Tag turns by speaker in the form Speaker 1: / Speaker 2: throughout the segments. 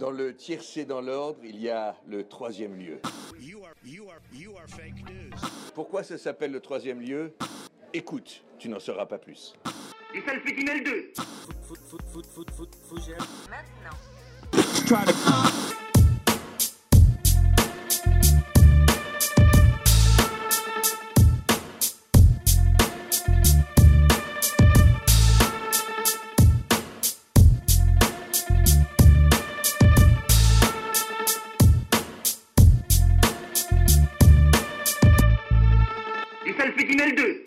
Speaker 1: Dans le tiercé dans l'ordre, il y a le troisième lieu. Pourquoi ça s'appelle le troisième lieu ? Écoute, tu n'en sauras pas plus.
Speaker 2: Du Salpétinel 2.
Speaker 3: Maintenant.
Speaker 2: Du Salpétinel 2.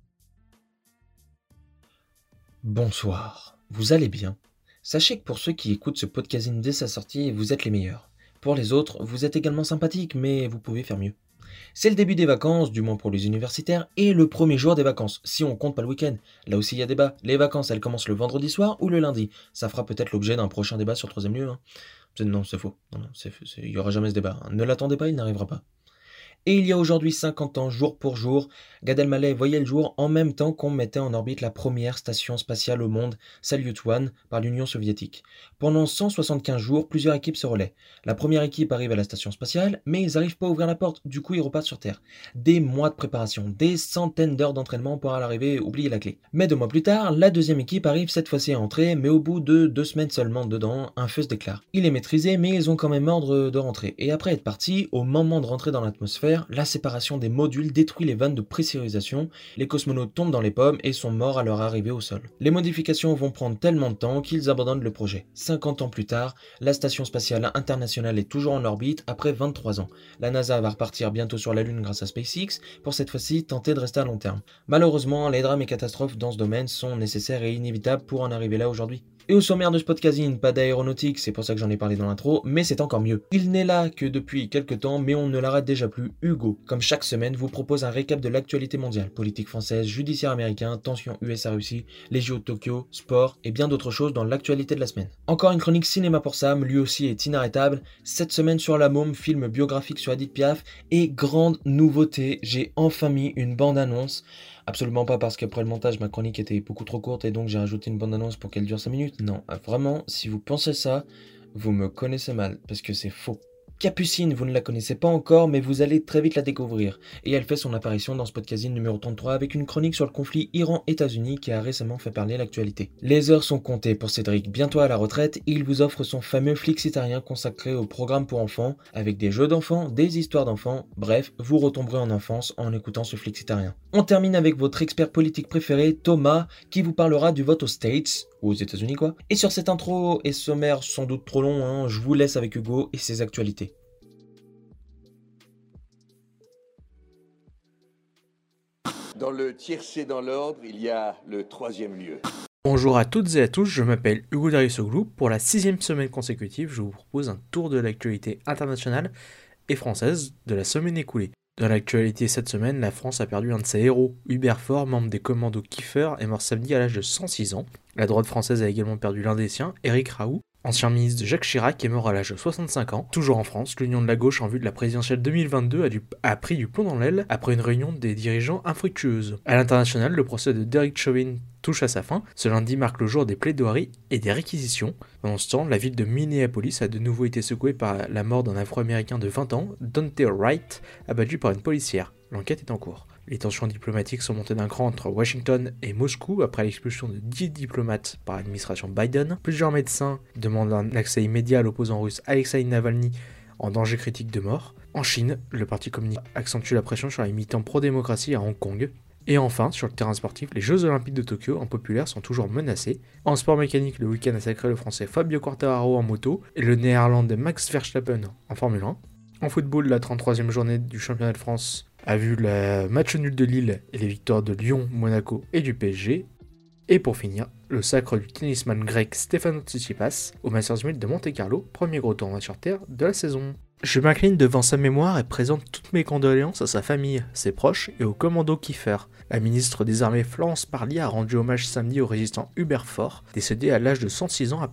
Speaker 4: Bonsoir, vous allez bien ? Sachez que pour ceux qui écoutent ce podcasting dès sa sortie, vous êtes les meilleurs. Pour les autres, vous êtes également sympathiques, mais vous pouvez faire mieux. C'est le début des vacances, du moins pour les universitaires, et le premier jour des vacances, si on compte pas le week-end. Là aussi il y a débat, les vacances elles commencent le vendredi soir ou le lundi. Ça fera peut-être l'objet d'un prochain débat sur le troisième lieu. Non, c'est faux, il y aura jamais ce débat. Ne l'attendez pas, il n'arrivera pas. Et il y a aujourd'hui 50 ans, jour pour jour, Gad Elmaleh voyait le jour en même temps qu'on mettait en orbite la première station spatiale au monde, Salyut 1, par l'Union soviétique. Pendant 175 jours, plusieurs équipes se relaient. La première équipe arrive à la station spatiale, mais ils n'arrivent pas à ouvrir la porte, du coup ils repartent sur Terre. Des mois de préparation, des centaines d'heures d'entraînement pour à l'arrivée oublier la clé. Mais 2 mois plus tard, la deuxième équipe arrive cette fois-ci à entrer, mais au bout de 2 semaines seulement dedans, un feu se déclare. Il est maîtrisé, mais ils ont quand même ordre de rentrer. Et après être partis, au moment de rentrer dans l'atmosphère, la séparation des modules détruit les vannes de pressurisation, les cosmonautes tombent dans les pommes et sont morts à leur arrivée au sol. Les modifications vont prendre tellement de temps qu'ils abandonnent le projet. 50 ans plus tard, la station spatiale internationale est toujours en orbite après 23 ans. La NASA va repartir bientôt sur la Lune grâce à SpaceX, pour cette fois-ci tenter de rester à long terme. Malheureusement, les drames et catastrophes dans ce domaine sont nécessaires et inévitables pour en arriver là aujourd'hui. Et au sommaire de ce podcasting, pas d'aéronautique, c'est pour ça que j'en ai parlé dans l'intro, mais c'est encore mieux. Il n'est là que depuis quelques temps, mais on ne l'arrête déjà plus, Hugo, comme chaque semaine, vous propose un récap de l'actualité mondiale, politique française, judiciaire américain, tensions USA-Russie, les JO de Tokyo, sport et bien d'autres choses dans l'actualité de la semaine. Encore une chronique cinéma pour Sam, lui aussi est inarrêtable, cette semaine sur La Môme, film biographique sur Edith Piaf, et grande nouveauté, j'ai enfin mis une bande-annonce. Absolument pas parce qu'après le montage, ma chronique était beaucoup trop courte et donc j'ai rajouté une bande-annonce pour qu'elle dure 5 minutes. Non, vraiment, si vous pensez ça, vous me connaissez mal, parce que c'est faux. Capucine, vous ne la connaissez pas encore, mais vous allez très vite la découvrir. Et elle fait son apparition dans ce podcasting numéro 33 avec une chronique sur le conflit Iran-États-Unis qui a récemment fait parler l'actualité. Les heures sont comptées pour Cédric, bientôt à la retraite, il vous offre son fameux Flixitarien consacré au programme pour enfants, avec des jeux d'enfants, des histoires d'enfants, bref, vous retomberez en enfance en écoutant ce Flixitarien. On termine avec votre expert politique préféré, Thomas, qui vous parlera du vote aux States, ou aux États-Unis quoi. Et sur cette intro et sommaire sans doute trop long, je vous laisse avec Hugo et ses actualités.
Speaker 1: Dans le tiercé dans l'ordre, il y a le troisième lieu.
Speaker 5: Bonjour à toutes et à tous, je m'appelle Hugo Dariussoglu. Pour la 6e semaine consécutive, je vous propose un tour de l'actualité internationale et française de la semaine écoulée. Dans l'actualité cette semaine, la France a perdu un de ses héros. Hubert Faure, membre des commandos Kiefer, est mort samedi à l'âge de 106 ans. La droite française a également perdu l'un des siens, Éric Raoult, ancien ministre de Jacques Chirac, est mort à l'âge de 65 ans. Toujours en France, l'Union de la gauche en vue de la présidentielle 2022 a pris du plomb dans l'aile après une réunion des dirigeants infructueuse. À l'international, le procès de Derek Chauvin touche à sa fin. Ce lundi marque le jour des plaidoiries et des réquisitions. Pendant ce temps, la ville de Minneapolis a de nouveau été secouée par la mort d'un Afro-Américain de 20 ans, Daunte Wright, abattu par une policière. L'enquête est en cours. Les tensions diplomatiques sont montées d'un cran entre Washington et Moscou après l'expulsion de 10 diplomates par l'administration Biden. Plusieurs médecins demandent un accès immédiat à l'opposant russe Alexei Navalny en danger critique de mort. En Chine, le parti communiste accentue la pression sur les militants pro-démocratie à Hong Kong. Et enfin, sur le terrain sportif, les Jeux Olympiques de Tokyo, en populaire, sont toujours menacés. En sport mécanique, le week-end a sacré le français Fabio Quartararo en moto et le néerlandais Max Verstappen en Formule 1. En football, la 33e journée du championnat de France a vu le match nul de Lille et les victoires de Lyon, Monaco et du PSG. Et pour finir, le sacre du tennisman grec Stefanos Tsitsipas au Masters 1000 de Monte-Carlo, premier gros tournoi sur Terre de la saison. Je m'incline devant sa mémoire et présente toutes mes condoléances à sa famille, ses proches et au commando Kiefer. La ministre des Armées Florence Parly a rendu hommage samedi au résistant Hubert Faure, décédé à l'âge de 106 ans à Paris.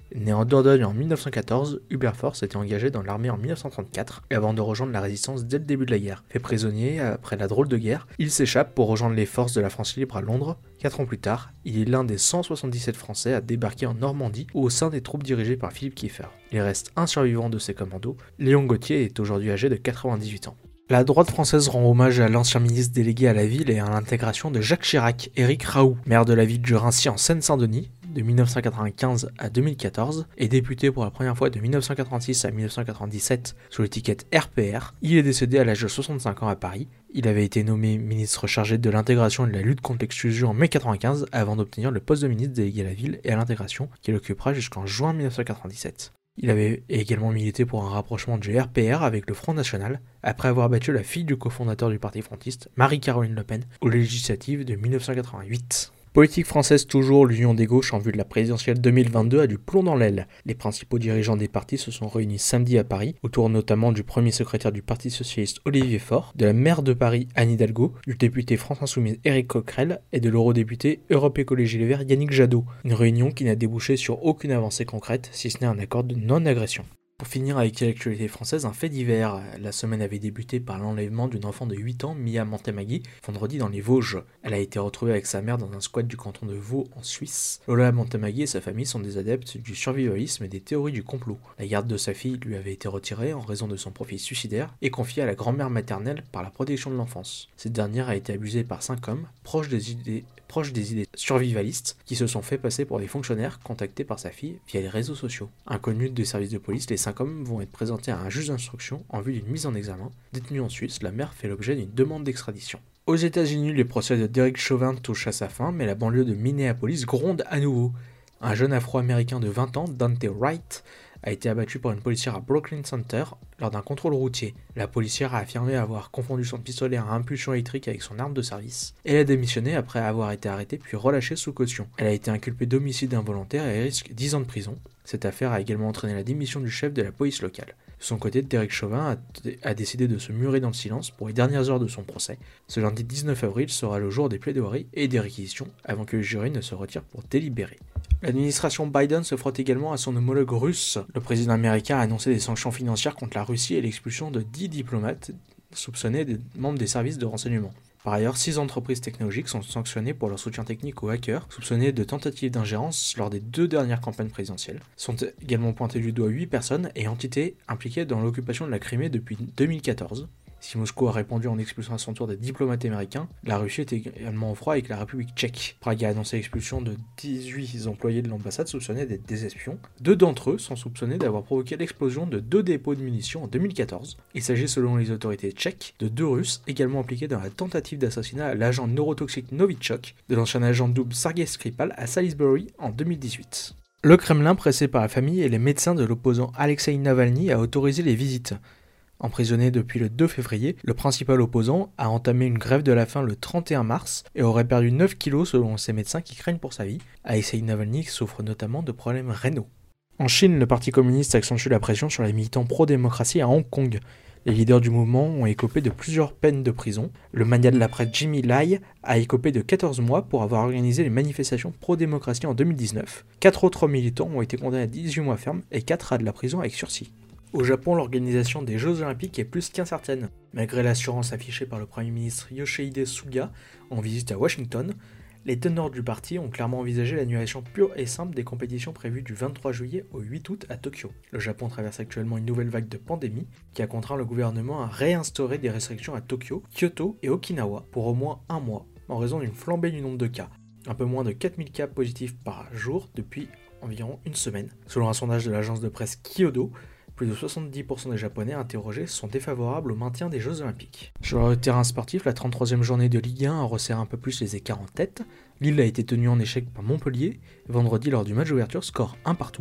Speaker 5: Né en Dordogne en 1914, Hubert Fort s'était engagé dans l'armée en 1934 et avant de rejoindre la résistance dès le début de la guerre. Fait prisonnier après la drôle de guerre, il s'échappe pour rejoindre les forces de la France libre à Londres. 4 ans plus tard, il est l'un des 177 Français à débarquer en Normandie au sein des troupes dirigées par Philippe Kieffer. Il reste un survivant de ces commandos. Léon Gauthier est aujourd'hui âgé de 98 ans. La droite française rend hommage à l'ancien ministre délégué à la ville et à l'intégration de Jacques Chirac, Éric Raoult, maire de la ville de Rincy en Seine-Saint-Denis, de 1995 à 2014, et député pour la première fois de 1986 à 1997 sous l'étiquette RPR. Il est décédé à l'âge de 65 ans à Paris. Il avait été nommé ministre chargé de l'intégration et de la lutte contre l'exclusion en mai 1995 avant d'obtenir le poste de ministre délégué à la ville et à l'intégration qu'il occupera jusqu'en juin 1997. Il avait également milité pour un rapprochement du RPR avec le Front National, après avoir battu la fille du cofondateur du parti frontiste, Marie-Caroline Le Pen, aux législatives de 1988. Politique française toujours, l'Union des gauches en vue de la présidentielle 2022 a du plomb dans l'aile. Les principaux dirigeants des partis se sont réunis samedi à Paris, autour notamment du premier secrétaire du Parti socialiste Olivier Faure, de la maire de Paris Anne Hidalgo, du député France Insoumise Éric Coquerel et de l'eurodéputé Europe Écologie Les Verts Yannick Jadot. Une réunion qui n'a débouché sur aucune avancée concrète, si ce n'est un accord de non-agression. Pour finir avec l'actualité française, un fait divers. La semaine avait débuté par l'enlèvement d'une enfant de 8 ans, Mia Montemagui, vendredi dans les Vosges. Elle a été retrouvée avec sa mère dans un squat du canton de Vaud en Suisse. Lola Montemagui et sa famille sont des adeptes du survivalisme et des théories du complot. La garde de sa fille lui avait été retirée en raison de son profil suicidaire et confiée à la grand-mère maternelle par la protection de l'enfance. Cette dernière a été abusée par 5 hommes, proches des idées survivalistes qui se sont fait passer pour des fonctionnaires contactés par sa fille via les réseaux sociaux. Inconnus des services de police, les 5 hommes vont être présentés à un juge d'instruction en vue d'une mise en examen. Détenue en Suisse, la mère fait l'objet d'une demande d'extradition. Aux États-Unis, le procès de Derek Chauvin touche à sa fin, mais la banlieue de Minneapolis gronde à nouveau. Un jeune afro-américain de 20 ans, Dante Wright, a été abattu par une policière à Brooklyn Center lors d'un contrôle routier. La policière a affirmé avoir confondu son pistolet à impulsion électrique avec son arme de service. Elle a démissionné après avoir été arrêtée puis relâchée sous caution. Elle a été inculpée d'homicide involontaire et risque 10 ans de prison. Cette affaire a également entraîné la démission du chef de la police locale. De son côté, Derek Chauvin a décidé de se murer dans le silence pour les dernières heures de son procès. Ce lundi 19 avril sera le jour des plaidoiries et des réquisitions avant que le jury ne se retire pour délibérer. L'administration Biden se frotte également à son homologue russe. Le président américain a annoncé des sanctions financières contre la Russie et l'expulsion de 10 diplomates soupçonnés des membres des services de renseignement. Par ailleurs, 6 entreprises technologiques sont sanctionnées pour leur soutien technique aux hackers, soupçonnés de tentatives d'ingérence lors des 2 dernières campagnes présidentielles. Sont également pointées du doigt 8 personnes et entités impliquées dans l'occupation de la Crimée depuis 2014. Si Moscou a répondu en expulsant à son tour des diplomates américains, la Russie est également en froid avec la République tchèque. Prague a annoncé l'expulsion de 18 employés de l'ambassade soupçonnés d'être des espions. 2 d'entre eux sont soupçonnés d'avoir provoqué l'explosion de 2 dépôts de munitions en 2014. Il s'agit selon les autorités tchèques de 2 Russes également impliqués dans la tentative d'assassinat à l'agent neurotoxique Novichok de l'ancien agent double Sergei Skripal à Salisbury en 2018. Le Kremlin, pressé par la famille et les médecins de l'opposant Alexei Navalny, a autorisé les visites. Emprisonné depuis le 2 février, le principal opposant a entamé une grève de la faim le 31 mars et aurait perdu 9 kilos selon ses médecins qui craignent pour sa vie. Alexei Navalny souffre notamment de problèmes rénaux. En Chine, le parti communiste accentue la pression sur les militants pro-démocratie à Hong Kong. Les leaders du mouvement ont écopé de plusieurs peines de prison. Le magnat de la presse Jimmy Lai a écopé de 14 mois pour avoir organisé les manifestations pro-démocratie en 2019. 4 autres militants ont été condamnés à 18 mois ferme et 4 à de la prison avec sursis. Au Japon, l'organisation des Jeux Olympiques est plus qu'incertaine. Malgré l'assurance affichée par le Premier ministre Yoshihide Suga en visite à Washington, les teneurs du parti ont clairement envisagé l'annulation pure et simple des compétitions prévues du 23 juillet au 8 août à Tokyo. Le Japon traverse actuellement une nouvelle vague de pandémie qui a contraint le gouvernement à réinstaurer des restrictions à Tokyo, Kyoto et Okinawa pour au moins un mois en raison d'une flambée du nombre de cas. Un peu moins de 4000 cas positifs par jour depuis environ une semaine. Selon un sondage de l'agence de presse Kyodo, plus de 70% des Japonais interrogés sont défavorables au maintien des Jeux Olympiques. Sur le terrain sportif, la 33e journée de Ligue 1 a resserré un peu plus les écarts en tête. Lille a été tenue en échec par Montpellier. Vendredi, lors du match d'ouverture, score 1 partout.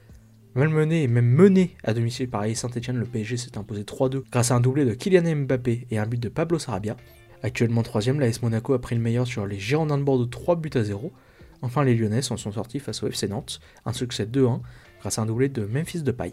Speaker 5: Malmené et même mené à domicile par Saint-Etienne, le PSG s'est imposé 3-2 grâce à un doublé de Kylian Mbappé et un but de Pablo Sarabia. Actuellement 3e, l'AS Monaco a pris le meilleur sur les Girondins de Bordeaux 3-0. Enfin, les Lyonnais s'en sont sortis face au FC Nantes, un succès 2-1 grâce à un doublé de Memphis Depay.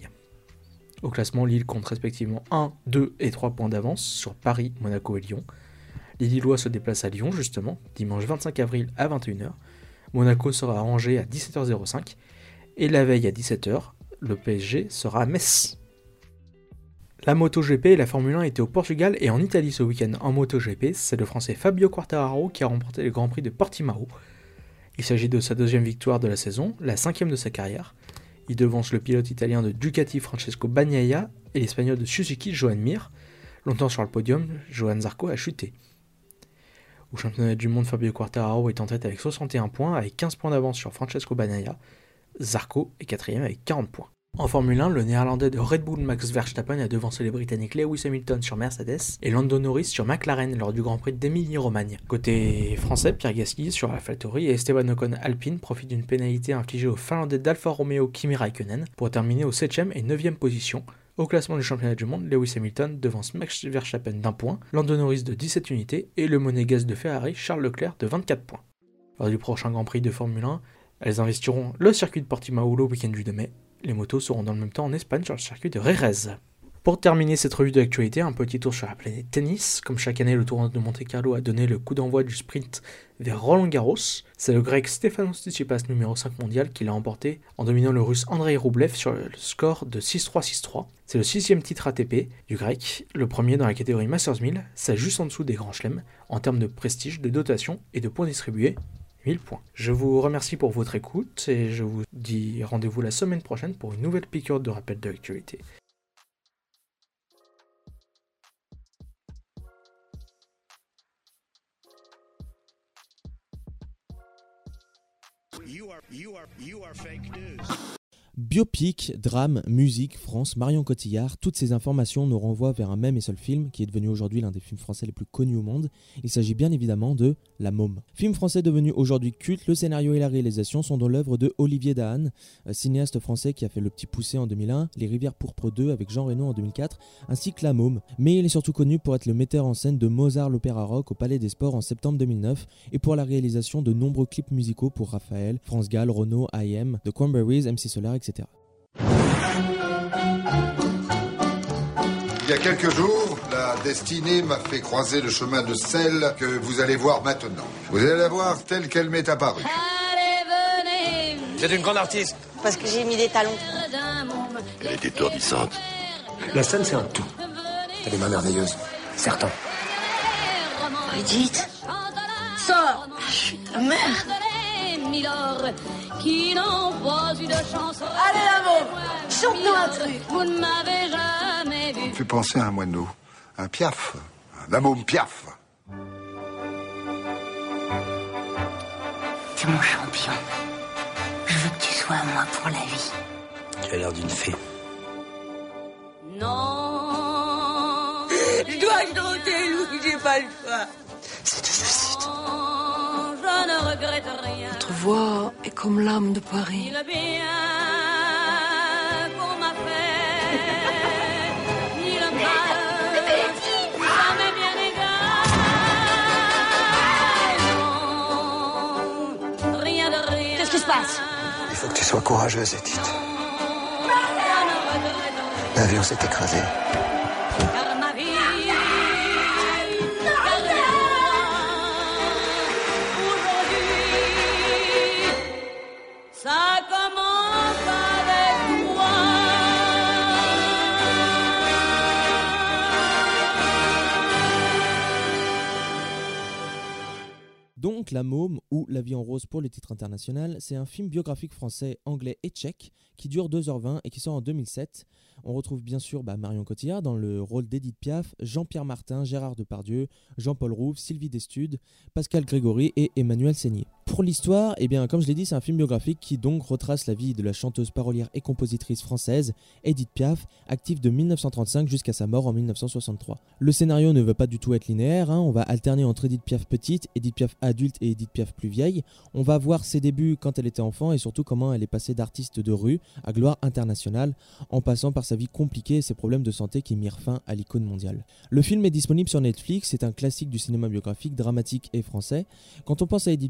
Speaker 5: Au classement, Lille compte respectivement 1, 2 et 3 points d'avance sur Paris, Monaco et Lyon. Les Lillois se déplacent à Lyon justement, dimanche 25 avril à 21h. Monaco sera à Angers à 17h05 Et la veille à 17h, le PSG sera à Metz. La MotoGP et la Formule 1 étaient au Portugal et en Italie ce week-end. En MotoGP, c'est le Français Fabio Quartararo qui a remporté le Grand Prix de Portimao. Il s'agit de sa 2e victoire de la saison, la 5e de sa carrière. Il devance le pilote italien de Ducati Francesco Bagnaia et l'espagnol de Suzuki Joan Mir. Longtemps sur le podium, Johan Zarco a chuté. Au championnat du monde, Fabio Quartararo est en tête avec 61 points, avec 15 points d'avance sur Francesco Bagnaia. Zarco est 4e avec 40 points. En Formule 1, le néerlandais de Red Bull Max Verstappen a devancé les Britanniques Lewis Hamilton sur Mercedes et Lando Norris sur McLaren lors du Grand Prix d'Émilie-Romagne. Côté français, Pierre Gasly sur AlphaTauri et Esteban Ocon Alpine profitent d'une pénalité infligée au Finlandais d'Alfa Romeo Kimi Räikkönen pour terminer aux 7e et 9e positions. Au classement du championnat du monde, Lewis Hamilton devance Max Verstappen d'1 point, Lando Norris de 17 unités et le monégasque de Ferrari Charles Leclerc de 24 points. Lors du prochain Grand Prix de Formule 1, elles investiront le circuit de Portimao le week-end du 2 mai. Les motos seront dans le même temps en Espagne sur le circuit de Jerez. Pour terminer cette revue de l'actualité, un petit tour sur la planète tennis. Comme chaque année, le tournoi de Monte-Carlo a donné le coup d'envoi du sprint vers Roland-Garros. C'est le grec Stefanos Tsitsipas, numéro 5 mondial, qui l'a emporté en dominant le russe Andrei Rublev sur le score de 6-3-6-3. C'est le 6e titre ATP du grec, le premier dans la catégorie Masters 1000, c'est juste en dessous des grands chelems en termes de prestige, de dotation et de points distribués. 1000 points. Je vous remercie pour votre écoute et je vous dis rendez-vous la semaine prochaine pour une nouvelle piqûre de rappel de l'actualité.
Speaker 6: You are fake news.
Speaker 7: Biopic, drame, musique, France, Marion Cotillard, toutes ces informations nous renvoient vers un même et seul film qui est devenu aujourd'hui l'un des films français les plus connus au monde. Il s'agit bien évidemment de La Môme. Film français devenu aujourd'hui culte, le scénario et la réalisation sont dans l'œuvre de Olivier Dahan, cinéaste français qui a fait Le Petit Poucet en 2001, Les Rivières pourpres 2 avec Jean Reno en 2004, ainsi que La Môme. Mais il est surtout connu pour être le metteur en scène de Mozart l'Opéra Rock au Palais des Sports en septembre 2009 et pour la réalisation de nombreux clips musicaux pour Raphaël, France Gall, Renaud, I.M., The Cranberries, MC Solar, etc.
Speaker 8: Il y a quelques jours, la destinée m'a fait croiser le chemin de celle que vous allez voir maintenant. Vous allez la voir telle qu'elle m'est apparue.
Speaker 6: C'est une grande artiste.
Speaker 9: Parce que j'ai mis des talons.
Speaker 10: Elle est étourdissante.
Speaker 6: La scène, c'est un tout. Elle est ma merveilleuse. Certain.
Speaker 9: Brigitte, sors. Je suis ta mère.
Speaker 11: Qui n'envoie une chance.
Speaker 9: Allez, l'amour, chante-nous un truc.
Speaker 11: Vous ne m'avez jamais vu.
Speaker 8: Ça fait penser à un moineau, un Piaf, la môme Piaf.
Speaker 9: T'es mon champion. Je veux que tu sois à moi pour la vie.
Speaker 10: Tu as l'air d'une fée.
Speaker 11: Non.
Speaker 9: Je dois chanter, Louis, j'ai pas le choix. C'est du suicide.
Speaker 11: Je ne regrette rien.
Speaker 9: Votre voix est comme l'âme de Paris.
Speaker 11: Ni le bien qu'on m'a fait, ni le mal, ça m'est bien égal. Non, rien de rien.
Speaker 9: Qu'est-ce qui se passe?
Speaker 6: Il faut que tu sois courageuse, Edith. L'avion s'est écrasé.
Speaker 11: Car ma vie, ça commence avec toi.
Speaker 7: Donc La Môme, ou La vie en rose pour le titre international, c'est un film biographique français, anglais et tchèque qui dure 2h20 et qui sort en 2007. On retrouve bien sûr Marion Cotillard dans le rôle d'Edith Piaf, Jean-Pierre Martin, Gérard Depardieu, Jean-Paul Rouve, Sylvie Destude, Pascal Grégory et Emmanuel Seigné. Pour l'histoire, comme je l'ai dit, c'est un film biographique qui donc retrace la vie de la chanteuse parolière et compositrice française Edith Piaf, active de 1935 jusqu'à sa mort en 1963. Le scénario ne veut pas du tout être linéaire, on va alterner entre Edith Piaf petite, Edith Piaf adulte et Edith Piaf plus vieille. On va voir ses débuts quand elle était enfant et surtout comment elle est passée d'artiste de rue à gloire internationale, en passant par sa vie compliquée et ses problèmes de santé qui mirent fin à l'icône mondiale. Le film est disponible sur Netflix, c'est un classique du cinéma biographique, dramatique et français. Quand on pense à Edith Piaf, on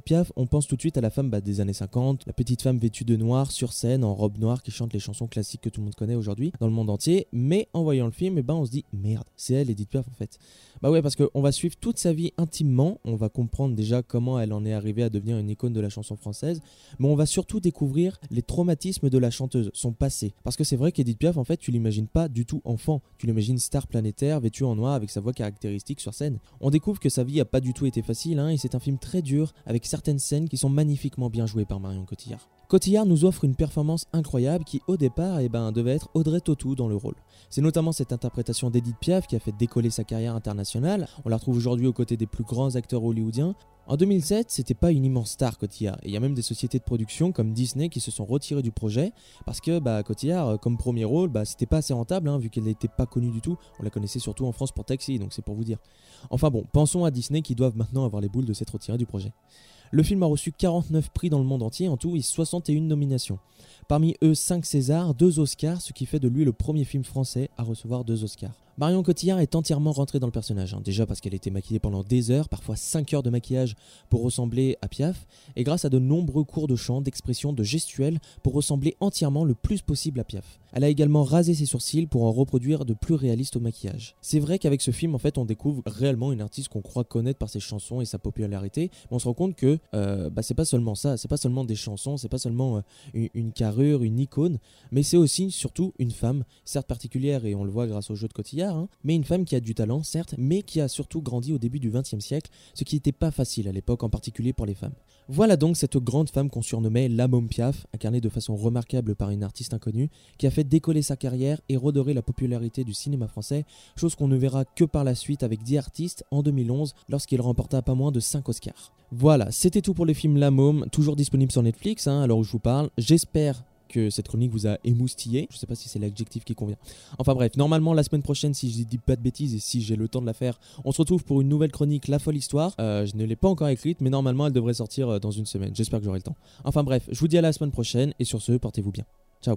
Speaker 7: on pense tout de suite à la femme des années 50, la petite femme vêtue de noir sur scène, en robe noire, qui chante les chansons classiques que tout le monde connaît aujourd'hui dans le monde entier. Mais en voyant le film, on se dit merde, c'est elle, Edith Piaf en fait. Bah ouais, parce qu'on va suivre toute sa vie intimement, on va comprendre déjà comment elle en est arrivée à devenir une icône de la chanson française, mais on va surtout découvrir les traumatismes de la chanteuse, son passé. Parce que c'est vrai qu'Edith Piaf, en fait, tu l'imagines pas du tout enfant, tu l'imagines star planétaire, vêtue en noir avec sa voix caractéristique sur scène. On découvre que sa vie a pas du tout été facile, et c'est un film très dur, avec certaines scènes qui sont magnifiquement bien jouées par Marion Cotillard. Cotillard nous offre une performance incroyable qui, au départ, devait être Audrey Tautou dans le rôle. C'est notamment cette interprétation d'Edith Piaf qui a fait décoller sa carrière internationale. On la retrouve aujourd'hui aux côtés des plus grands acteurs hollywoodiens. En 2007, c'était pas une immense star Cotillard, et il y a même des sociétés de production comme Disney qui se sont retirées du projet parce que Cotillard, comme premier rôle, c'était pas assez rentable vu qu'elle n'était pas connue du tout. On la connaissait surtout en France pour Taxi, donc c'est pour vous dire. Enfin bon, pensons à Disney qui doivent maintenant avoir les boules de s'être retirés du projet. Le film a reçu 49 prix dans le monde entier, en tout et 61 nominations. Parmi eux, 5 Césars, 2 Oscars, ce qui fait de lui le premier film français à recevoir 2 Oscars. Marion Cotillard est entièrement rentrée dans le personnage, déjà parce qu'elle était maquillée pendant des heures, parfois 5 heures de maquillage pour ressembler à Piaf, et grâce à de nombreux cours de chant, d'expression, de gestuelle pour ressembler entièrement le plus possible à Piaf. Elle a également rasé ses sourcils pour en reproduire de plus réalistes au maquillage. C'est vrai qu'avec ce film, en fait, on découvre réellement une artiste qu'on croit connaître par ses chansons et sa popularité, mais on se rend compte que c'est pas seulement ça, c'est pas seulement des chansons, c'est pas seulement une carrure, une icône, mais c'est aussi surtout une femme, certes particulière et on le voit grâce au jeu de Cotillard, mais une femme qui a du talent, certes, mais qui a surtout grandi au début du XXe siècle, ce qui n'était pas facile à l'époque, en particulier pour les femmes. Voilà donc cette grande femme qu'on surnommait la Môme Piaf, incarnée de façon remarquable par une artiste inconnue, qui a fait décoller sa carrière et redorer la popularité du cinéma français, chose qu'on ne verra que par la suite avec The Artist en 2011, lorsqu'il remporta pas moins de 5 Oscars. Voilà, c'était tout pour le film La Môme, toujours disponible sur Netflix, à l'heure où je vous parle. J'espère que cette chronique vous a émoustillé, je sais pas si c'est l'adjectif qui convient. Enfin bref, normalement la semaine prochaine, si je dis pas de bêtises et si j'ai le temps de la faire, on se retrouve pour une nouvelle chronique La Folle Histoire. Je ne l'ai pas encore écrite, mais normalement elle devrait sortir dans une semaine, j'espère que j'aurai le temps. Enfin bref, je vous dis à la semaine prochaine et sur ce, portez-vous bien. Ciao.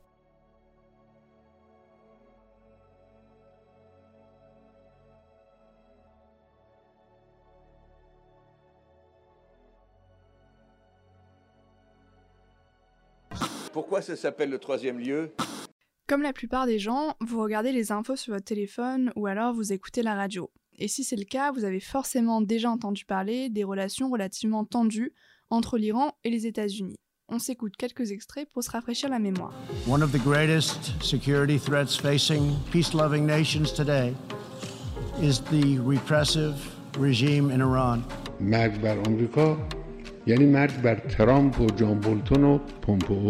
Speaker 1: Pourquoi ça s'appelle le troisième lieu ?
Speaker 12: Comme la plupart des gens, vous regardez les infos sur votre téléphone ou alors vous écoutez la radio. Et si c'est le cas, vous avez forcément déjà entendu parler des relations relativement tendues entre l'Iran et les États-Unis. On s'écoute quelques extraits pour se rafraîchir la mémoire.
Speaker 13: One of the greatest security threats facing peace-loving nations today is the repressive regime in Iran.
Speaker 14: مرگ بر آمریکا یعنی مرگ بر ترامپ و جان بولتون و پومپئو.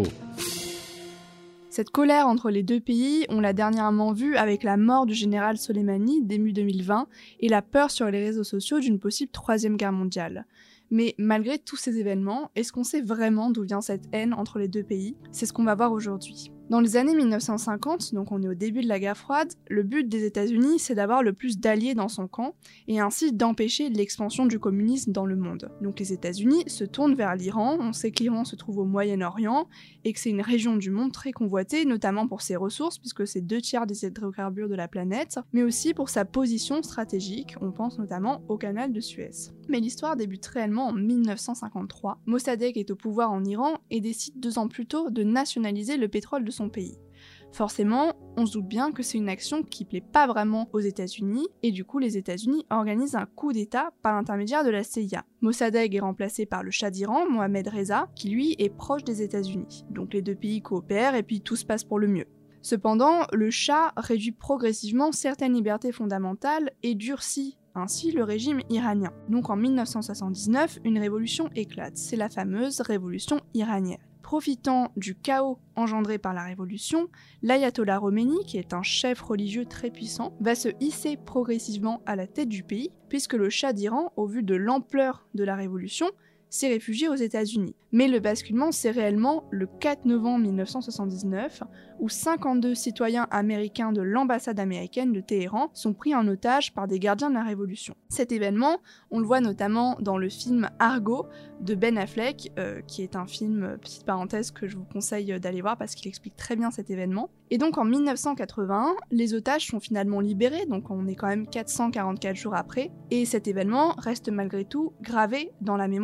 Speaker 12: Cette colère entre les deux pays, on l'a dernièrement vue avec la mort du général Soleimani début 2020 et la peur sur les réseaux sociaux d'une possible troisième guerre mondiale. Mais malgré tous ces événements, est-ce qu'on sait vraiment d'où vient cette haine entre les deux pays ? C'est ce qu'on va voir aujourd'hui. Dans les années 1950, donc on est au début de la guerre froide, le but des États-Unis, c'est d'avoir le plus d'alliés dans son camp et ainsi d'empêcher l'expansion du communisme dans le monde. Donc les États-Unis se tournent vers l'Iran, on sait que l'Iran se trouve au Moyen-Orient et que c'est une région du monde très convoitée, notamment pour ses ressources, puisque c'est 2/3 des hydrocarbures de la planète, mais aussi pour sa position stratégique, on pense notamment au canal de Suez. Mais l'histoire débute réellement en 1953. Mossadegh est au pouvoir en Iran et décide 2 ans plus tôt de nationaliser le pétrole de son pays. Forcément, on se doute bien que c'est une action qui plaît pas vraiment aux États-Unis, et du coup les États-Unis organisent un coup d'État par l'intermédiaire de la CIA. Mossadegh est remplacé par le Shah d'Iran, Mohammad Reza, qui lui est proche des États-Unis. Donc les deux pays coopèrent et puis tout se passe pour le mieux. Cependant, le Shah réduit progressivement certaines libertés fondamentales et durcit ainsi le régime iranien. Donc en 1979, une révolution éclate, c'est la fameuse révolution iranienne. Profitant du chaos engendré par la révolution, l'ayatollah Khomeini, qui est un chef religieux très puissant, va se hisser progressivement à la tête du pays, puisque le Shah d'Iran, au vu de l'ampleur de la révolution, s'est réfugié aux États-Unis. Mais le basculement, c'est réellement le 4 novembre 1979, où 52 citoyens américains de l'ambassade américaine de Téhéran sont pris en otage par des gardiens de la Révolution. Cet événement, on le voit notamment dans le film Argo de Ben Affleck, qui est un film, petite parenthèse, que je vous conseille d'aller voir parce qu'il explique très bien cet événement. Et donc en 1981, les otages sont finalement libérés, donc on est quand même 444 jours après, et cet événement reste malgré tout gravé dans la mémoire américaine.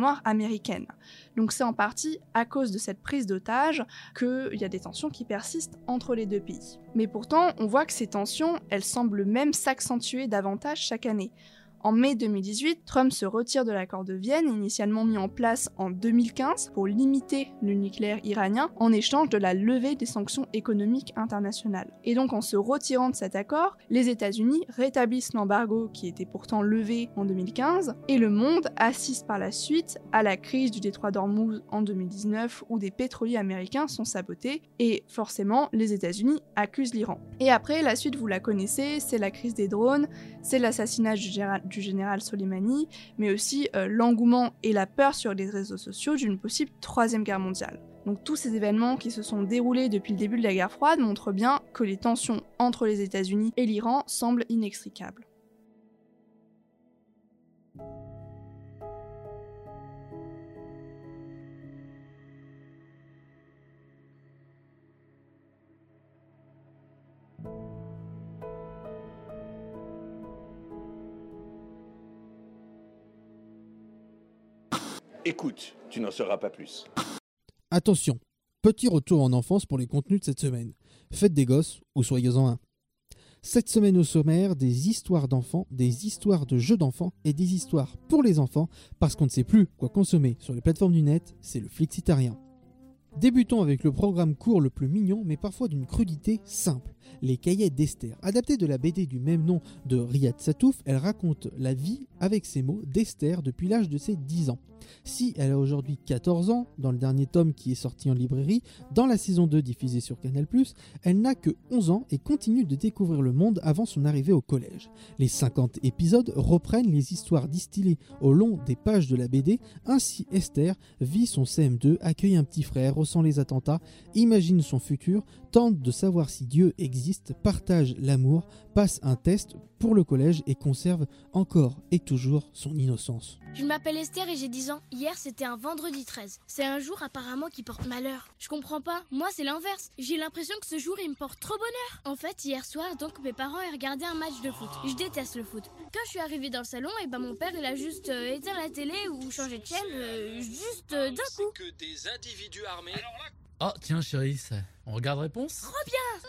Speaker 12: américaine. Donc c'est en partie à cause de cette prise d'otage qu'il y a des tensions qui persistent entre les deux pays. Mais pourtant, on voit que ces tensions, elles semblent même s'accentuer davantage chaque année. En mai 2018, Trump se retire de l'accord de Vienne, initialement mis en place en 2015 pour limiter le nucléaire iranien en échange de la levée des sanctions économiques internationales. Et donc en se retirant de cet accord, les États-Unis rétablissent l'embargo qui était pourtant levé en 2015 et le monde assiste par la suite à la crise du détroit d'Ormuz en 2019 où des pétroliers américains sont sabotés et forcément les États-Unis accusent l'Iran. Et après, la suite vous la connaissez, c'est la crise des drones, c'est l'assassinat du général Soleimani, mais aussi l'engouement et la peur sur les réseaux sociaux d'une possible troisième guerre mondiale. Donc tous ces événements qui se sont déroulés depuis le début de la guerre froide montrent bien que les tensions entre les États-Unis et l'Iran semblent inextricables.
Speaker 1: Écoute, tu n'en sauras pas plus.
Speaker 15: Attention, petit retour en enfance pour les contenus de cette semaine. Faites des gosses ou soyez-en un. Cette semaine au sommaire, des histoires d'enfants, des histoires de jeux d'enfants et des histoires pour les enfants parce qu'on ne sait plus quoi consommer sur les plateformes du net, c'est le flixitarien. Débutons avec le programme court le plus mignon mais parfois d'une crudité simple, Les Cahiers d'Esther. Adaptée de la BD du même nom de Riyad Sattouf, elle raconte la vie avec ses mots d'Esther depuis l'âge de ses 10 ans. Si elle a aujourd'hui 14 ans, dans le dernier tome qui est sorti en librairie, dans la saison 2 diffusée sur Canal+, elle n'a que 11 ans et continue de découvrir le monde avant son arrivée au collège. Les 50 épisodes reprennent les histoires distillées au long des pages de la BD. Ainsi, Esther vit son CM2, accueille un petit frère, ressent les attentats, imagine son futur, tente de savoir si Dieu existe, partage l'amour, passe un test pour le collège et conserve encore et toujours son innocence.
Speaker 16: Je m'appelle Esther et j'ai 10 ans. Hier, c'était un vendredi 13. C'est un jour apparemment qui porte malheur. Je comprends pas. Moi, c'est l'inverse. J'ai l'impression que ce jour, il me porte trop bonheur. En fait, hier soir, donc, mes parents ont regardé un match de foot. Je déteste le foot. Quand je suis arrivée dans le salon, et ben mon père, il a juste éteint la télé ou changé de chaîne, d'un coup.
Speaker 17: Que des individus armés.
Speaker 18: Oh, tiens, chérie, on regarde réponse ?
Speaker 16: Trop bien.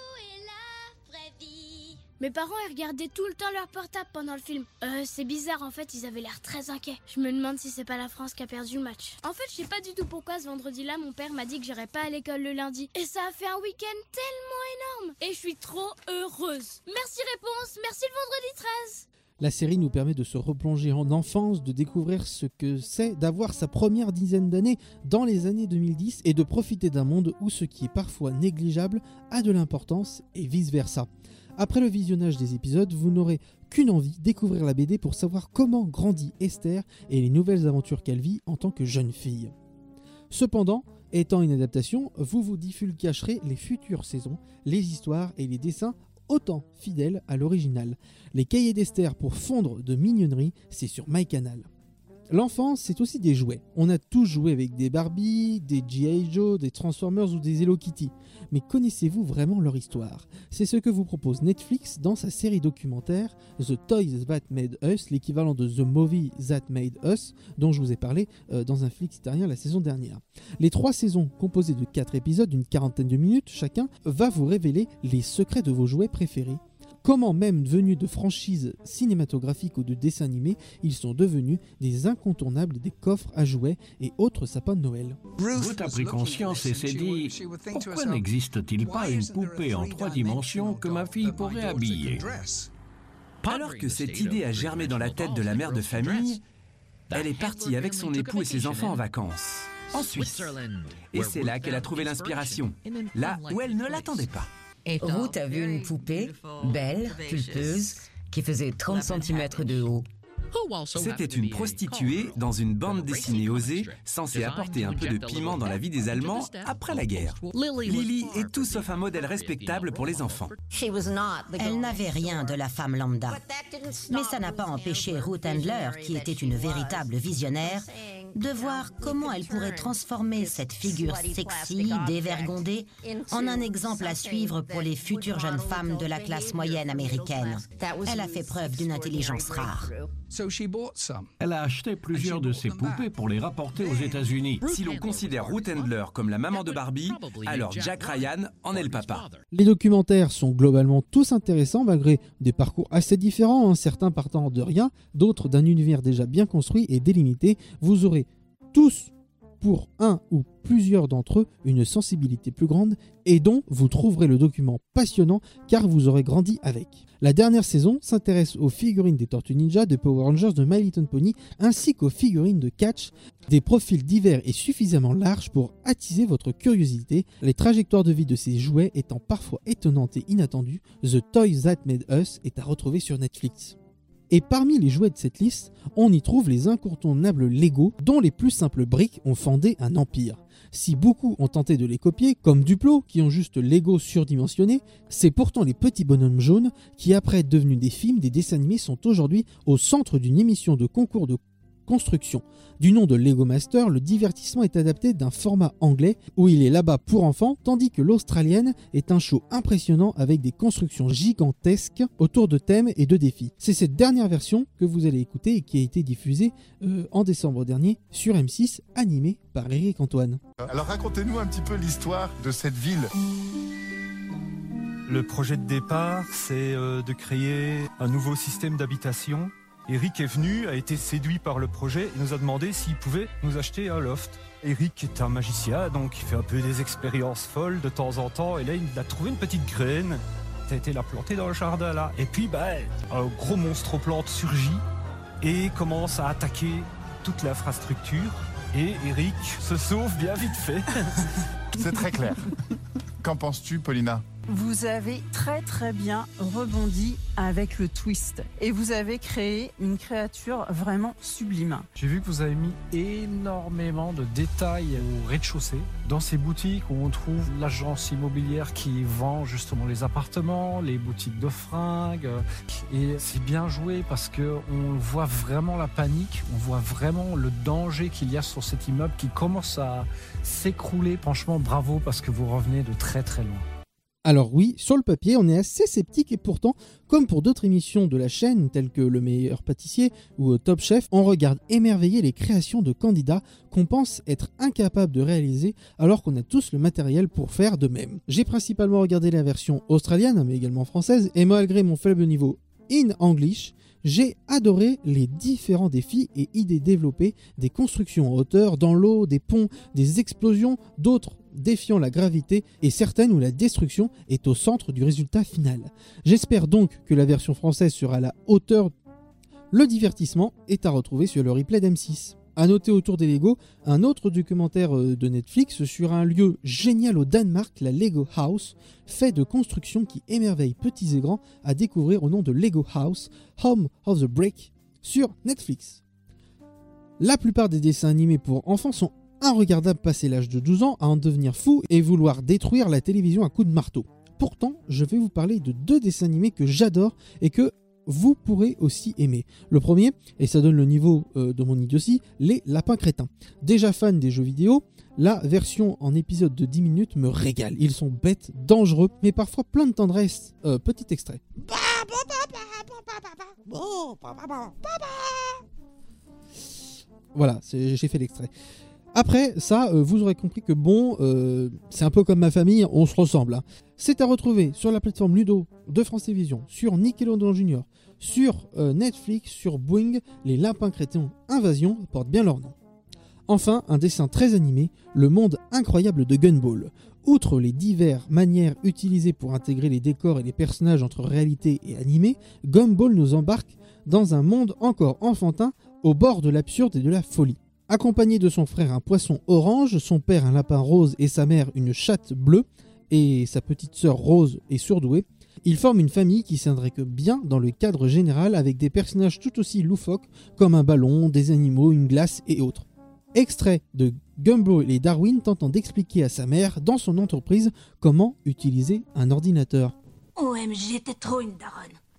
Speaker 16: Mes parents, ils regardaient tout le temps leur portable pendant le film. C'est bizarre, en fait, ils avaient l'air très inquiets. Je me demande si c'est pas la France qui a perdu le match. En fait, je sais pas du tout pourquoi ce vendredi-là, mon père m'a dit que j'irais pas à l'école le lundi. Et ça a fait un week-end tellement énorme. Et je suis trop heureuse. Merci réponse, merci le vendredi 13.
Speaker 15: La série nous permet de se replonger en enfance, de découvrir ce que c'est d'avoir sa première dizaine d'années dans les années 2010 et de profiter d'un monde où ce qui est parfois négligeable a de l'importance et vice-versa. Après le visionnage des épisodes, vous n'aurez qu'une envie, découvrir la BD pour savoir comment grandit Esther et les nouvelles aventures qu'elle vit en tant que jeune fille. Cependant, étant une adaptation, vous vous divulgacherez les futures saisons, les histoires et les dessins autant fidèles à l'original. Les Cahiers d'Esther pour fondre de mignonnerie, c'est sur MyCanal. L'enfance, c'est aussi des jouets. On a tous joué avec des Barbie, des G.I. Joe, des Transformers ou des Hello Kitty. Mais connaissez-vous vraiment leur histoire ? C'est ce que vous propose Netflix dans sa série documentaire The Toys That Made Us, l'équivalent de The Movie That Made Us, dont je vous ai parlé dans un flixitarien la saison dernière. Les 3 saisons, composées de 4 épisodes d'une quarantaine de minutes chacun, va vous révéler les secrets de vos jouets préférés. Comment même venus de franchises cinématographiques ou de dessins animés, ils sont devenus des incontournables des coffres à jouets et autres sapins de Noël.
Speaker 19: Ruth a pris conscience et s'est dit « Pourquoi n'existe-t-il pas une poupée en 3 dimensions que ma fille pourrait habiller ?»
Speaker 20: Alors que cette idée a germé dans la tête de la mère de famille, elle est partie avec son époux et ses enfants en vacances, en Suisse. Et c'est là qu'elle a trouvé l'inspiration, là où elle ne l'attendait pas.
Speaker 21: Ruth a vu une poupée, belle, pulpeuse, qui faisait 30 cm de haut.
Speaker 20: C'était une prostituée dans une bande dessinée osée, censée apporter un peu de piment dans la vie des Allemands après la guerre. Lily est tout sauf un modèle respectable pour les enfants.
Speaker 21: Elle n'avait rien de la femme lambda. Mais ça n'a pas empêché Ruth Handler, qui était une véritable visionnaire,
Speaker 3: de voir comment elle pourrait transformer cette figure sexy, dévergondée, en un exemple à suivre pour les futures jeunes femmes de la classe moyenne américaine. Elle a fait preuve d'une intelligence rare.
Speaker 19: Elle a acheté plusieurs de ses poupées pour les rapporter aux États-Unis.
Speaker 20: Si l'on considère Ruth Handler comme la maman de Barbie, alors Jack Ryan en est le papa.
Speaker 15: Les documentaires sont globalement tous intéressants malgré des parcours assez différents, certains partant de rien, d'autres d'un univers déjà bien construit et délimité. Vous aurez tous, pour un ou plusieurs d'entre eux, une sensibilité plus grande et dont vous trouverez le document passionnant car vous aurez grandi avec. La dernière saison s'intéresse aux figurines des Tortues Ninja, de Power Rangers, de My Little Pony ainsi qu'aux figurines de Catch, des profils divers et suffisamment larges pour attiser votre curiosité, les trajectoires de vie de ces jouets étant parfois étonnantes et inattendues. The Toy That Made Us est à retrouver sur Netflix. Et parmi les jouets de cette liste, on y trouve les incontournables Lego, dont les plus simples briques ont fondé un empire. Si beaucoup ont tenté de les copier, comme Duplo, qui ont juste Lego surdimensionné, c'est pourtant les petits bonhommes jaunes qui, après être devenus des films, des dessins animés, sont aujourd'hui au centre d'une émission de concours de construction. Du nom de Lego Master, le divertissement est adapté d'un format anglais où il est là-bas pour enfants, tandis que l'australienne est un show impressionnant avec des constructions gigantesques autour de thèmes et de défis. C'est cette dernière version que vous allez écouter et qui a été diffusée en décembre dernier sur M6, animée par Eric Antoine.
Speaker 22: Alors racontez-nous un petit peu l'histoire de cette ville.
Speaker 23: Le projet de départ, c'est de créer un nouveau système d'habitation. Eric est venu, a été séduit par le projet et nous a demandé s'il pouvait nous acheter un loft. Eric est un magicien, donc il fait un peu des expériences folles de temps en temps. Et là, il a trouvé une petite graine. Il a été la planter dans le jardin là. Et puis, un gros monstre aux plantes surgit et commence à attaquer toute l'infrastructure. Et Eric se sauve bien vite fait.
Speaker 22: C'est très clair. Qu'en penses-tu, Paulina ?
Speaker 24: Vous avez très très bien rebondi avec le twist et vous avez créé une créature vraiment sublime.
Speaker 23: J'ai vu que vous avez mis énormément de détails au rez-de-chaussée. Dans ces boutiques où on trouve l'agence immobilière qui vend justement les appartements, les boutiques de fringues. Et c'est bien joué parce qu'on voit vraiment la panique, on voit vraiment le danger qu'il y a sur cet immeuble qui commence à s'écrouler. Franchement, bravo parce que vous revenez de très très loin.
Speaker 15: Alors oui, sur le papier, on est assez sceptique et pourtant, comme pour d'autres émissions de la chaîne, telles que Le Meilleur Pâtissier ou Top Chef, on regarde émerveiller les créations de candidats qu'on pense être incapables de réaliser alors qu'on a tous le matériel pour faire de même. J'ai principalement regardé la version australienne, mais également française, et malgré mon faible niveau in English, j'ai adoré les différents défis et idées développées, des constructions en hauteur, dans l'eau, des ponts, des explosions, d'autres défiant la gravité et certaines où la destruction est au centre du résultat final. J'espère donc que la version française sera à la hauteur. Le divertissement est à retrouver sur le replay d'M6. A noter autour des Lego, un autre documentaire de Netflix sur un lieu génial au Danemark, la Lego House, fait de constructions qui émerveillent petits et grands, à découvrir au nom de Lego House, Home of the Brick, sur Netflix. La plupart des dessins animés pour enfants sont inregardables passé l'âge de 12 ans à en devenir fou et vouloir détruire la télévision à coups de marteau. Pourtant, je vais vous parler de 2 dessins animés que j'adore et que vous pourrez aussi aimer. Le premier, et ça donne le niveau de mon idiotie, les Lapins Crétins. Déjà fan des jeux vidéo, la version en épisode de 10 minutes me régale. Ils sont bêtes, dangereux, mais parfois plein de tendresse. Petit extrait. Voilà, j'ai fait l'extrait. Après ça, vous aurez compris que c'est un peu comme ma famille, on se ressemble. C'est à retrouver sur la plateforme Ludo de France Télévisions, sur Nickelodeon Junior, sur Netflix, sur Boing, les Lapins Crétins Invasion portent bien leur nom. Enfin, un dessin très animé, le monde incroyable de Gumball. Outre les diverses manières utilisées pour intégrer les décors et les personnages entre réalité et animé, Gumball nous embarque dans un monde encore enfantin, au bord de l'absurde et de la folie. Accompagné de son frère un poisson orange, son père un lapin rose et sa mère une chatte bleue, et sa petite sœur rose et surdouée, ils forment une famille qui s'imbrique bien dans le cadre général avec des personnages tout aussi loufoques comme un ballon, des animaux, une glace et autres. Extrait de Gumball et Darwin tentant d'expliquer à sa mère dans son entreprise comment utiliser un ordinateur.
Speaker 9: OMG, t'es trop une daronne.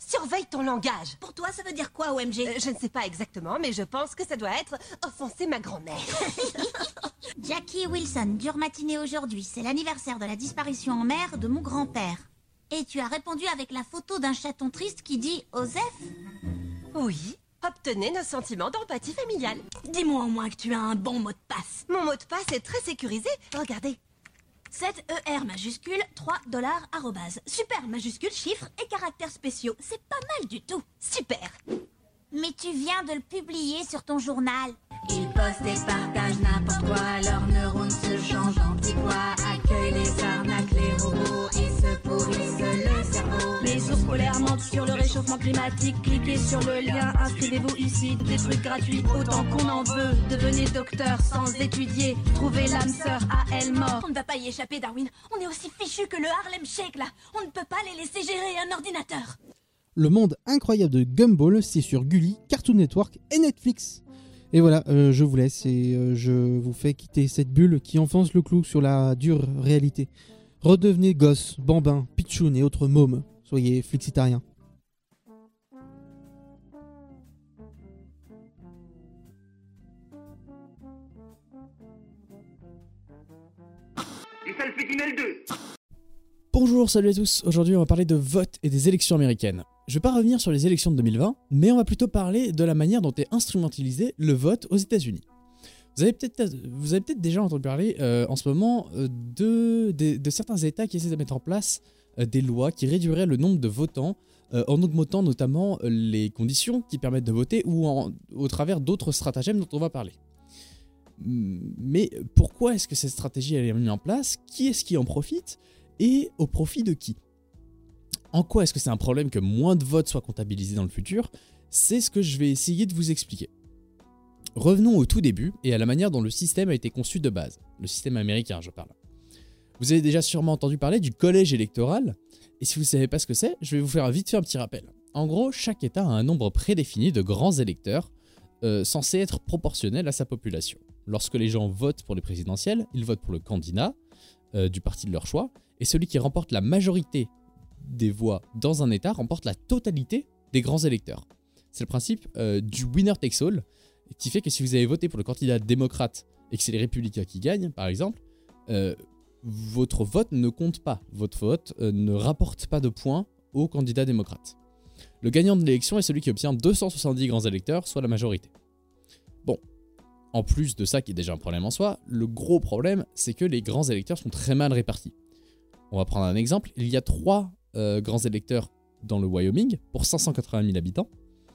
Speaker 2: Surveille ton langage. Pour toi, ça veut dire quoi, OMG? Je ne sais pas exactement, mais je pense que ça doit être offenser ma grand-mère.
Speaker 4: Jackie Wilson, dure matinée aujourd'hui. C'est l'anniversaire de la disparition en mer de mon grand-père. Et tu as répondu avec la photo d'un chaton triste qui dit « Osef ».
Speaker 2: Oui, obtenez nos sentiments d'empathie familiale.
Speaker 4: Dis-moi au moins que tu as un bon mot de passe.
Speaker 2: Mon mot de passe est très sécurisé. Regardez.
Speaker 4: 7ER majuscule, $3, arrobase. Super majuscule, chiffres et caractères spéciaux. C'est pas mal du tout.
Speaker 2: Super.
Speaker 4: Mais tu viens de le publier sur ton journal.
Speaker 11: Ils postent et partagent n'importe quoi. Leurs neurones se changent en petits pois. Accueillent les arnaques, les robots et se pourrissent le cerveau. Les ours polaires mentent sur le réchauffement climatique. Cliquez sur le lien, inscrivez-vous ici. Des trucs gratuits autant qu'on en veut. Devenez docteur sans étudier. Trouvez l'âme sœur à elle mort.
Speaker 4: On ne va pas y échapper, Darwin. On est aussi fichus que le Harlem Shake, là. On ne peut pas les laisser gérer un ordinateur.
Speaker 15: Le monde incroyable de Gumball, c'est sur Gulli, Cartoon Network et Netflix. Et voilà, je vous laisse et je vous fais quitter cette bulle qui enfonce le clou sur la dure réalité. Redevenez gosses, bambins, pitchouns et autres mômes. Soyez flixitariens.
Speaker 5: Bonjour, salut à tous. Aujourd'hui, on va parler de vote et des élections américaines. Je vais pas revenir sur les élections de 2020, mais on va plutôt parler de la manière dont est instrumentalisé le vote aux États-Unis. Vous avez peut-être déjà entendu parler en ce moment de certains États qui essaient de mettre en place des lois qui réduiraient le nombre de votants en augmentant notamment les conditions qui permettent de voter ou au travers d'autres stratagèmes dont on va parler. Mais pourquoi est-ce que cette stratégie elle est mise en place? Qui est-ce qui en profite? Et au profit de qui? En quoi est-ce que c'est un problème que moins de votes soient comptabilisés dans le futur? C'est ce que je vais essayer de vous expliquer. Revenons au tout début et à la manière dont le système a été conçu de base. Le système américain, je parle. Vous avez déjà sûrement entendu parler du collège électoral, et si vous ne savez pas ce que c'est, je vais vous faire vite fait un petit rappel. En gros, chaque État a un nombre prédéfini de grands électeurs censés être proportionnels à sa population. Lorsque les gens votent pour les présidentielles, ils votent pour le candidat du parti de leur choix, et celui qui remporte la majorité des voix dans un État remporte la totalité des grands électeurs. C'est le principe du winner takes all, qui fait que si vous avez voté pour le candidat démocrate et que c'est les républicains qui gagnent, par exemple, votre vote ne compte pas. Votre vote ne rapporte pas de points au candidat démocrate. Le gagnant de l'élection est celui qui obtient 270 grands électeurs, soit la majorité. Bon, en plus de ça, qui est déjà un problème en soi, le gros problème, c'est que les grands électeurs sont très mal répartis. On va prendre un exemple. Il y a 3 grands électeurs dans le Wyoming pour 580 000 habitants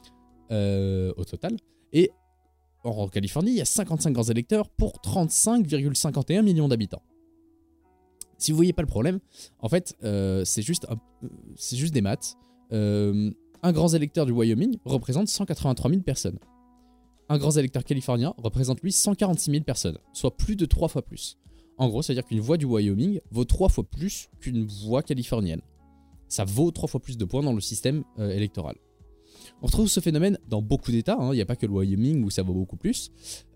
Speaker 5: au total. Et en Californie, il y a 55 grands électeurs pour 35,51 millions d'habitants. Si vous voyez pas le problème, en fait, c'est juste des maths. Un grand électeur du Wyoming représente 183 000 personnes. Un grand électeur californien représente lui 146 000 personnes, soit plus de 3 fois plus. En gros, ça veut dire qu'une voix du Wyoming vaut 3 fois plus qu'une voix californienne. Ça vaut 3 fois plus de points dans le système électoral. On retrouve ce phénomène dans beaucoup d'États, il n'y a pas que le Wyoming où ça vaut beaucoup plus.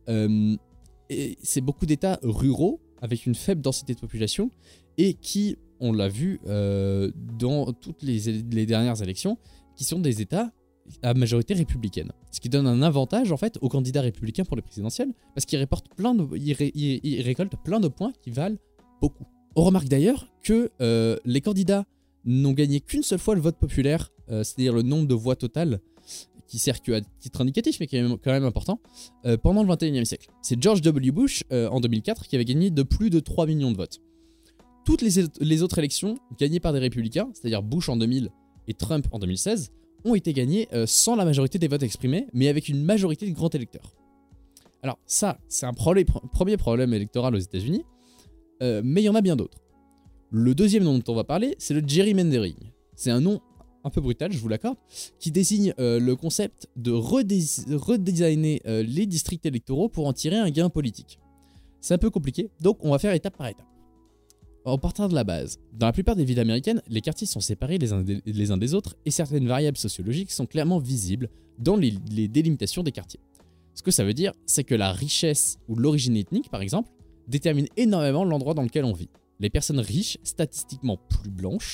Speaker 5: Et c'est beaucoup d'États ruraux avec une faible densité de population et qui, on l'a vu dans toutes les dernières élections, qui sont des États à majorité républicaine. Ce qui donne un avantage en fait aux candidats républicains pour les présidentielles parce qu'ils récoltent plein de points qui valent beaucoup. On remarque d'ailleurs que les candidats n'ont gagné qu'une seule fois le vote populaire, c'est-à-dire le nombre de voix totales qui sert qu'à titre indicatif mais qui est quand même important, pendant le 21e siècle. C'est George W. Bush en 2004 qui avait gagné de plus de 3 millions de votes. Toutes les autres élections gagnées par des républicains, c'est-à-dire Bush en 2000 et Trump en 2016, ont été gagnées sans la majorité des votes exprimés, mais avec une majorité de grands électeurs. Alors ça, c'est un premier problème électoral aux États-Unis, mais il y en a bien d'autres. Le deuxième nom dont on va parler, c'est le gerrymandering. C'est un nom un peu brutal, je vous l'accorde, qui désigne le concept de redesigner les districts électoraux pour en tirer un gain politique. C'est un peu compliqué, donc on va faire étape par étape. En partant de la base, dans la plupart des villes américaines, les quartiers sont séparés les uns des autres et certaines variables sociologiques sont clairement visibles dans les délimitations des quartiers. Ce que ça veut dire, c'est que la richesse ou l'origine ethnique, par exemple, détermine énormément l'endroit dans lequel on vit. Les personnes riches, statistiquement plus blanches,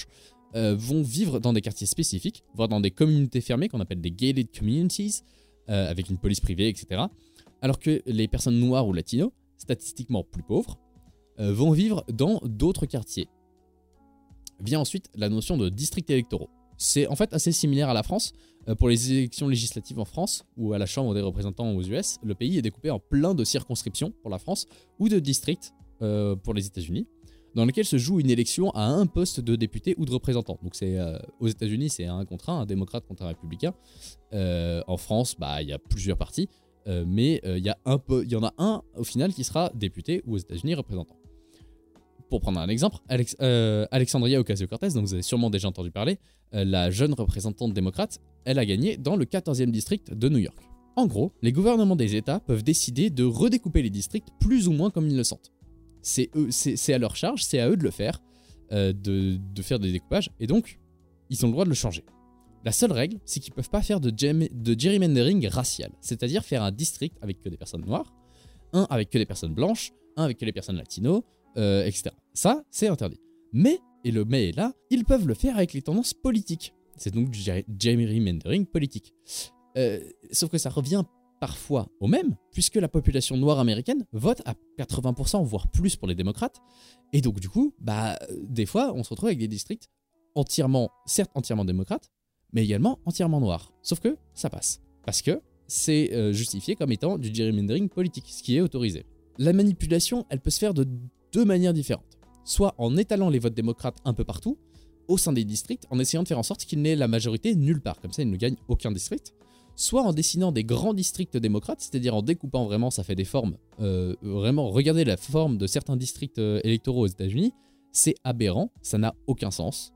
Speaker 5: vont vivre dans des quartiers spécifiques, voire dans des communautés fermées qu'on appelle des gated communities, avec une police privée, etc. Alors que les personnes noires ou latinos, statistiquement plus pauvres, vont vivre dans d'autres quartiers. Vient ensuite la notion de districts électoraux. C'est en fait assez similaire à la France. Pour les élections législatives en France ou à la Chambre des représentants aux US, le pays est découpé en plein de circonscriptions pour la France ou de districts pour les États-Unis, dans lesquels se joue une élection à un poste de député ou de représentant. Donc aux États-Unis, c'est un contre un démocrate contre un républicain. En France, il y a plusieurs partis, mais il y en a un au final qui sera député ou aux États-Unis représentant. Pour prendre un exemple, Alexandria Ocasio-Cortez, donc vous avez sûrement déjà entendu parler, la jeune représentante démocrate, elle a gagné dans le 14e district de New York. En gros, les gouvernements des États peuvent décider de redécouper les districts plus ou moins comme ils le sentent. C'est à leur charge, c'est à eux de le faire, de faire des découpages, et donc ils ont le droit de le changer. La seule règle, c'est qu'ils ne peuvent pas faire de gerrymandering racial, c'est-à-dire faire un district avec que des personnes noires, un avec que des personnes blanches, un avec que des personnes latinos, etc. Ça, c'est interdit. Mais, et le mais est là, ils peuvent le faire avec les tendances politiques. C'est donc du gerrymandering politique. Sauf que ça revient parfois au même, puisque la population noire américaine vote à 80%, voire plus pour les démocrates. Et donc du coup, des fois, on se retrouve avec des districts certes entièrement démocrates, mais également entièrement noirs. Sauf que ça passe. Parce que c'est justifié comme étant du gerrymandering politique, ce qui est autorisé. La manipulation, elle peut se faire de deux manières différentes. Soit en étalant les votes démocrates un peu partout, au sein des districts, en essayant de faire en sorte qu'il n'ait la majorité nulle part, comme ça il ne gagne aucun district. Soit en dessinant des grands districts démocrates, c'est-à-dire en découpant vraiment, ça fait des formes, vraiment, regardez la forme de certains districts électoraux aux États-Unis, c'est aberrant, ça n'a aucun sens.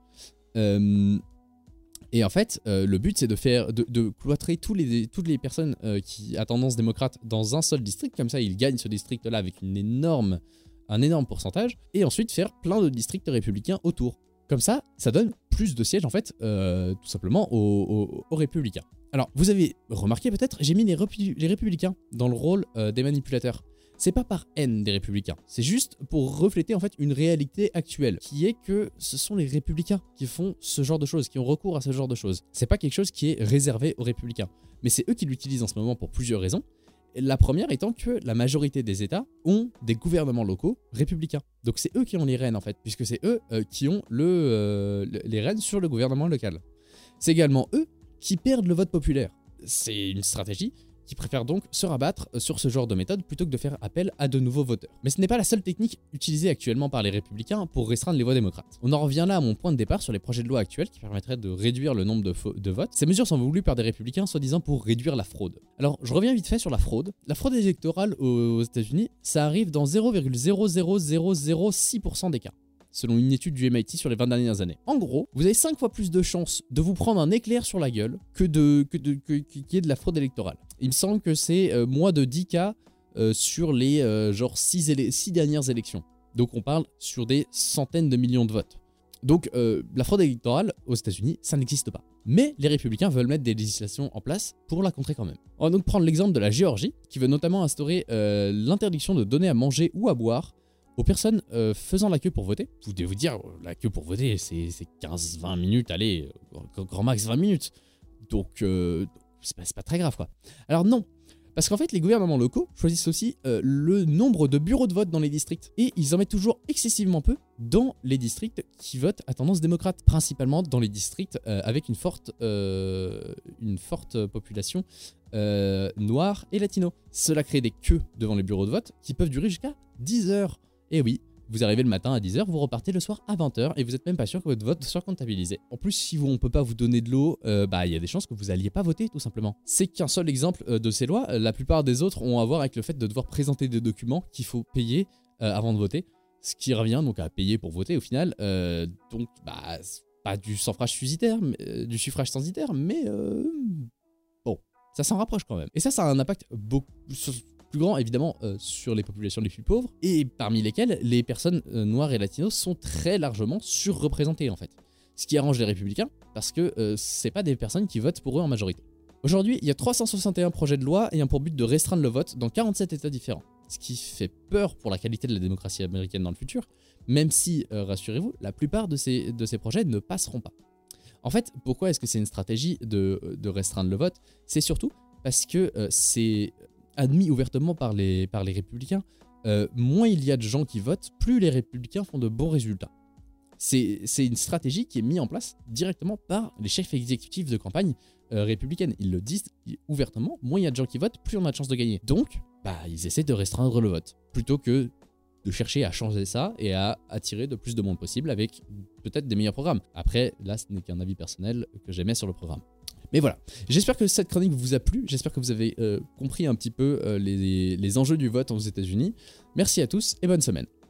Speaker 5: Et en fait, le but c'est de cloîtrer toutes les personnes qui a tendance démocrate dans un seul district, comme ça ils gagnent ce district-là avec un énorme pourcentage, et ensuite faire plein de districts républicains autour. Comme ça donne plus de sièges en fait, tout simplement aux républicains. Alors, vous avez remarqué peut-être, j'ai mis les républicains dans le rôle des manipulateurs. C'est pas par haine des républicains, c'est juste pour refléter en fait une réalité actuelle, qui est que ce sont les républicains qui font ce genre de choses, qui ont recours à ce genre de choses. C'est pas quelque chose qui est réservé aux républicains, mais c'est eux qui l'utilisent en ce moment pour plusieurs raisons. La première étant que la majorité des États ont des gouvernements locaux républicains. Donc c'est eux qui ont les rênes en fait, puisque c'est eux qui ont les rênes sur le gouvernement local. C'est également eux qui perdent le vote populaire. C'est une stratégie qui préfère donc se rabattre sur ce genre de méthode plutôt que de faire appel à de nouveaux voteurs. Mais ce n'est pas la seule technique utilisée actuellement par les républicains pour restreindre les voix démocrates. On en revient là à mon point de départ sur les projets de loi actuels qui permettraient de réduire le nombre de votes. Ces mesures sont voulues par des républicains soi-disant pour réduire la fraude. Alors je reviens vite fait sur la fraude. La fraude électorale aux États-Unis, ça arrive dans 0,00006% des cas, selon une étude du MIT sur les 20 dernières années. En gros, vous avez 5 fois plus de chances de vous prendre un éclair sur la gueule qu'il y ait de la fraude électorale. Il me semble que c'est moins de 10 cas sur les 6 dernières élections. Donc on parle sur des centaines de millions de votes. Donc la fraude électorale aux États-Unis, ça n'existe pas. Mais les républicains veulent mettre des législations en place pour la contrer quand même. On va donc prendre l'exemple de la Géorgie, qui veut notamment instaurer l'interdiction de donner à manger ou à boire aux personnes faisant la queue pour voter. Vous devez vous dire, la queue pour voter, c'est 15-20 minutes, allez, grand max 20 minutes. Donc, c'est pas très grave, quoi. Alors non, parce qu'en fait, les gouvernements locaux choisissent aussi le nombre de bureaux de vote dans les districts. Et ils en mettent toujours excessivement peu dans les districts qui votent à tendance démocrate. Principalement dans les districts avec une forte population noire et latino. Cela crée des queues devant les bureaux de vote qui peuvent durer jusqu'à 10 heures. Et oui, vous arrivez le matin à 10h, vous repartez le soir à 20h et vous n'êtes même pas sûr que votre vote soit comptabilisé. En plus, si on ne peut pas vous donner de l'eau, il y a des chances que vous n'alliez pas voter tout simplement. C'est qu'un seul exemple de ces lois, la plupart des autres ont à voir avec le fait de devoir présenter des documents qu'il faut payer avant de voter, ce qui revient donc à payer pour voter au final. Donc, pas du suffrage censitaire, mais bon, ça s'en rapproche quand même. Et ça a un impact beaucoup plus grand évidemment sur les populations les plus pauvres et parmi lesquelles les personnes noires et latinos sont très largement surreprésentées en fait. Ce qui arrange les républicains parce que c'est pas des personnes qui votent pour eux en majorité. Aujourd'hui, il y a 361 projets de loi ayant pour but de restreindre le vote dans 47 états différents. ce qui fait peur pour la qualité de la démocratie américaine dans le futur, même si, rassurez-vous, la plupart de ces projets ne passeront pas. En fait, pourquoi est-ce que c'est une stratégie de restreindre le vote? C'est surtout parce que c'est admis ouvertement par les républicains. Moins il y a de gens qui votent, plus les républicains font de bons résultats. C'est une stratégie qui est mise en place directement par les chefs exécutifs de campagne républicaine. Ils le disent ouvertement, moins il y a de gens qui votent, plus on a de chances de gagner. Donc, ils essaient de restreindre le vote, plutôt que de chercher à changer ça et à attirer de plus de monde possible avec peut-être des meilleurs programmes. Après, là, ce n'est qu'un avis personnel que j'émets sur le programme. Mais voilà, j'espère que cette chronique vous a plu, j'espère que vous avez compris un petit peu les enjeux du vote aux États-Unis. Merci à tous et bonne semaine.